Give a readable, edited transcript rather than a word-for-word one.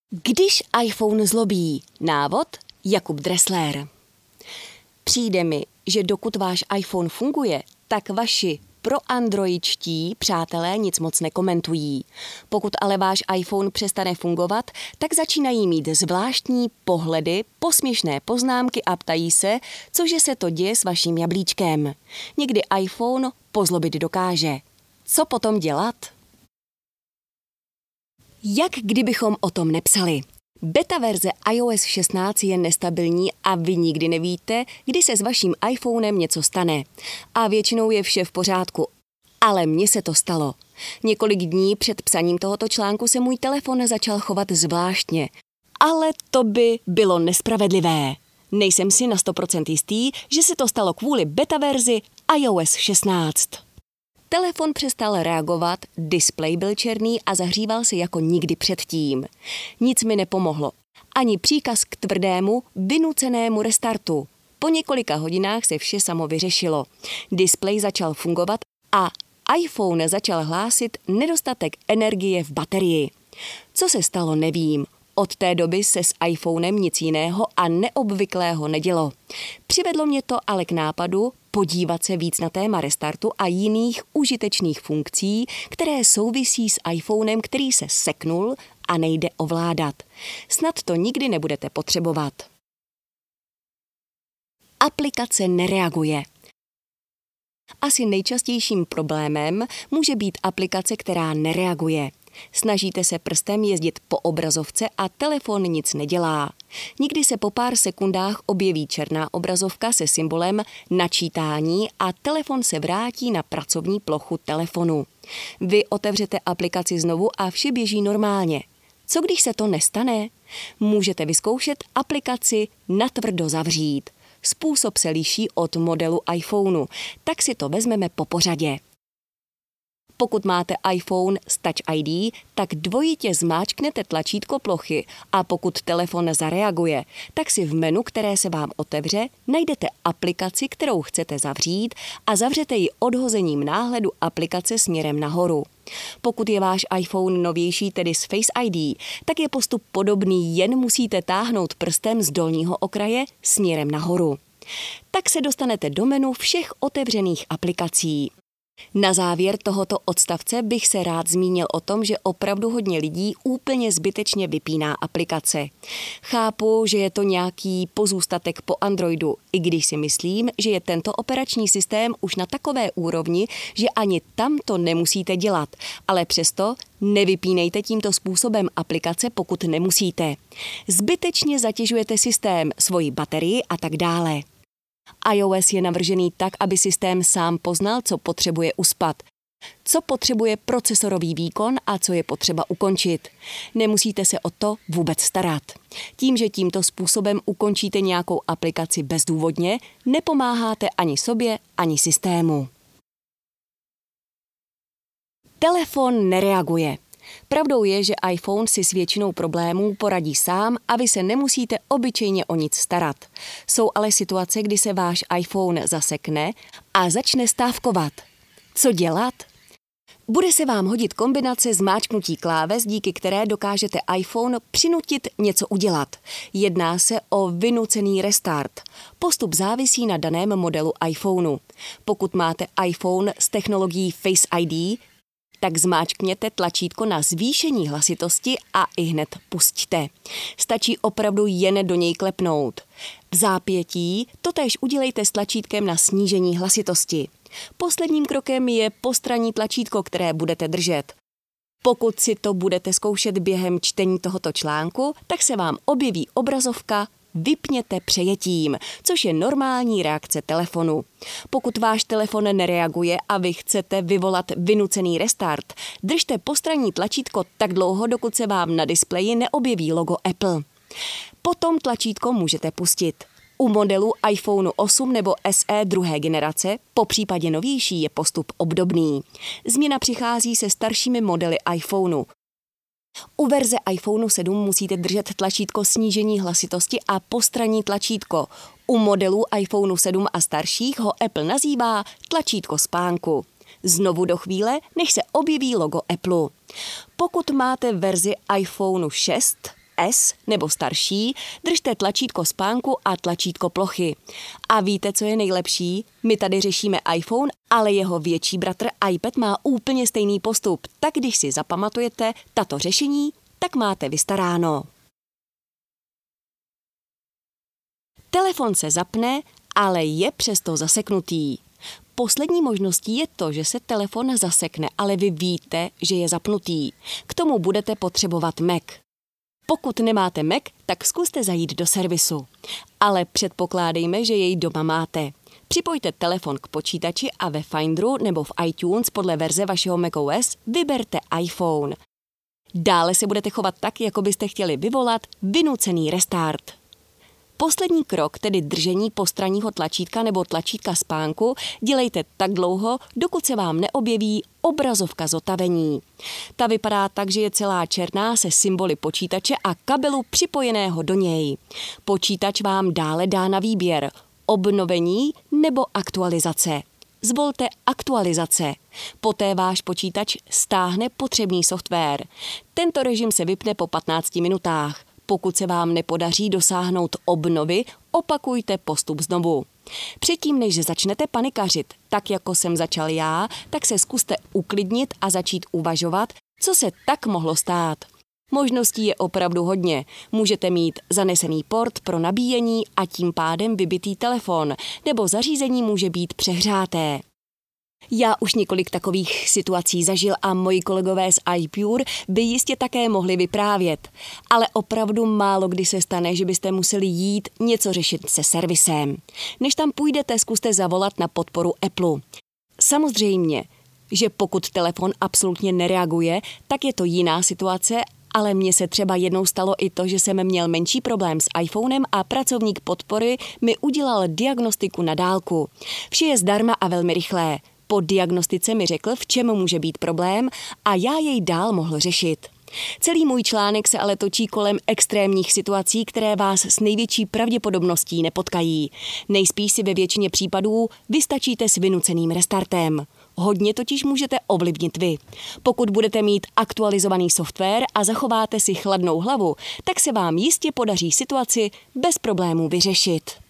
Když iPhone zlobí. Návod Jakub Dressler. Přijde mi, že dokud váš iPhone funguje, tak vaši proandroičtí přátelé nic moc nekomentují. Pokud ale váš iPhone přestane fungovat, tak začínají mít zvláštní pohledy, posměšné poznámky a ptají se, cože se to děje s vaším jablíčkem. Někdy iPhone pozlobit dokáže. Co potom dělat? Jak kdybychom o tom nepsali? Beta verze iOS 16 je nestabilní a vy nikdy nevíte, kdy se s vaším iPhonem něco stane. A většinou je vše v pořádku. Ale mně se to stalo. Několik dní před psaním tohoto článku se můj telefon začal chovat zvláštně. Ale to by bylo nespravedlivé. Nejsem si na 100% jistý, že se to stalo kvůli beta verzi iOS 16. Telefon přestal reagovat, displej byl černý a zahříval se jako nikdy předtím. Nic mi nepomohlo. Ani příkaz k tvrdému, vynucenému restartu. Po několika hodinách se vše samo vyřešilo. Displej začal fungovat a iPhone začal hlásit nedostatek energie v baterii. Co se stalo, nevím. Od té doby se s iPhonem nic jiného a neobvyklého nedělo. Přivedlo mě to ale k nápadu podívat se víc na téma restartu a jiných užitečných funkcí, které souvisí s iPhonem, který se seknul a nejde ovládat. Snad to nikdy nebudete potřebovat. Aplikace nereaguje. Asi nejčastějším problémem může být aplikace, která nereaguje. Snažíte se prstem jezdit po obrazovce a telefon nic nedělá. Někdy se po pár sekundách objeví černá obrazovka se symbolem načítání a telefon se vrátí na pracovní plochu telefonu. Vy otevřete aplikaci znovu a vše běží normálně. Co když se to nestane? Můžete vyzkoušet aplikaci natvrdo zavřít. Způsob se liší od modelu iPhoneu, tak si to vezmeme po pořadě. Pokud máte iPhone s Touch ID, tak dvojitě zmáčknete tlačítko plochy a pokud telefon zareaguje, tak si v menu, které se vám otevře, najdete aplikaci, kterou chcete zavřít a zavřete ji odhozením náhledu aplikace směrem nahoru. Pokud je váš iPhone novější, tedy s Face ID, tak je postup podobný, jen musíte táhnout prstem z dolního okraje směrem nahoru. Tak se dostanete do menu všech otevřených aplikací. Na závěr tohoto odstavce bych se rád zmínil o tom, že opravdu hodně lidí úplně zbytečně vypíná aplikace. Chápu, že je to nějaký pozůstatek po Androidu, i když si myslím, že je tento operační systém už na takové úrovni, že ani tam to nemusíte dělat, ale přesto nevypínejte tímto způsobem aplikace, pokud nemusíte. Zbytečně zatěžujete systém, svoji baterii a tak dále. iOS je navržený tak, aby systém sám poznal, co potřebuje uspat, co potřebuje procesorový výkon a co je potřeba ukončit. Nemusíte se o to vůbec starat. Tím, že tímto způsobem ukončíte nějakou aplikaci bezdůvodně, nepomáháte ani sobě, ani systému. Telefon nereaguje. Pravdou je, že iPhone si s většinou problémů poradí sám a vy se nemusíte obyčejně o nic starat. Jsou ale situace, kdy se váš iPhone zasekne a začne stávkovat. Co dělat? Bude se vám hodit kombinace zmáčknutí kláves, díky které dokážete iPhone přinutit něco udělat. Jedná se o vynucený restart. Postup závisí na daném modelu iPhoneu. Pokud máte iPhone s technologií Face ID, tak zmáčkněte tlačítko na zvýšení hlasitosti a ihned pusťte. Stačí opravdu jen do něj klepnout. V zápětí totéž udělejte s tlačítkem na snížení hlasitosti. Posledním krokem je postranní tlačítko, které budete držet. Pokud si to budete zkoušet během čtení tohoto článku, tak se vám objeví obrazovka Vypněte přejetím, což je normální reakce telefonu. Pokud váš telefon nereaguje a vy chcete vyvolat vynucený restart, držte postranní tlačítko tak dlouho, dokud se vám na displeji neobjeví logo Apple. Potom tlačítko můžete pustit. U modelu iPhone 8 nebo SE druhé generace, popřípadě novější, je postup obdobný. Změna přichází se staršími modely iPhoneu. U verze iPhone 7 musíte držet tlačítko snížení hlasitosti a postranní tlačítko. U modelů iPhone 7 a starších ho Apple nazývá tlačítko spánku. Znovu do chvíle, než se objeví logo Apple. Pokud máte verzi iPhone 6, S nebo starší, držte tlačítko spánku a tlačítko plochy. A víte, co je nejlepší? My tady řešíme iPhone, ale jeho větší bratr iPad má úplně stejný postup. Tak když si zapamatujete tato řešení, tak máte vystaráno. Telefon se zapne, ale je přesto zaseknutý. Poslední možností je to, že se telefon zasekne, ale vy víte, že je zapnutý. K tomu budete potřebovat Mac. Pokud nemáte Mac, tak zkuste zajít do servisu. Ale předpokládejme, že jej doma máte. Připojte telefon k počítači a ve Finderu nebo v iTunes podle verze vašeho macOS vyberte iPhone. Dále se budete chovat tak, jako byste chtěli vyvolat vynucený restart. Poslední krok, tedy držení postranního tlačítka nebo tlačítka spánku, dělejte tak dlouho, dokud se vám neobjeví obrazovka zotavení. Ta vypadá tak, že je celá černá se symboly počítače a kabelu připojeného do něj. Počítač vám dále dá na výběr obnovení nebo aktualizace. Zvolte aktualizace. Poté váš počítač stáhne potřebný software. Tento režim se vypne po 15 minutách. Pokud se vám nepodaří dosáhnout obnovy, opakujte postup znovu. Předtím, než začnete panikařit, tak jako jsem začal já, tak se zkuste uklidnit a začít uvažovat, co se tak mohlo stát. Možností je opravdu hodně. Můžete mít zanesený port pro nabíjení a tím pádem vybitý telefon, nebo zařízení může být přehřáté. Já už několik takových situací zažil a moji kolegové z iPure by jistě také mohli vyprávět. Ale opravdu málo kdy se stane, že byste museli jít něco řešit se servisem. Než tam půjdete, zkuste zavolat na podporu Apple. Samozřejmě, že pokud telefon absolutně nereaguje, tak je to jiná situace, ale mně se třeba jednou stalo i to, že jsem měl menší problém s iPhonem a pracovník podpory mi udělal diagnostiku na dálku. Vše je zdarma a velmi rychlé. Po diagnostice mi řekl, v čem může být problém a já jej dál mohl řešit. Celý můj článek se ale točí kolem extrémních situací, které vás s největší pravděpodobností nepotkají. Nejspíš si ve většině případů vystačíte s vynuceným restartem. Hodně totiž můžete ovlivnit vy. Pokud budete mít aktualizovaný software a zachováte si chladnou hlavu, tak se vám jistě podaří situaci bez problémů vyřešit.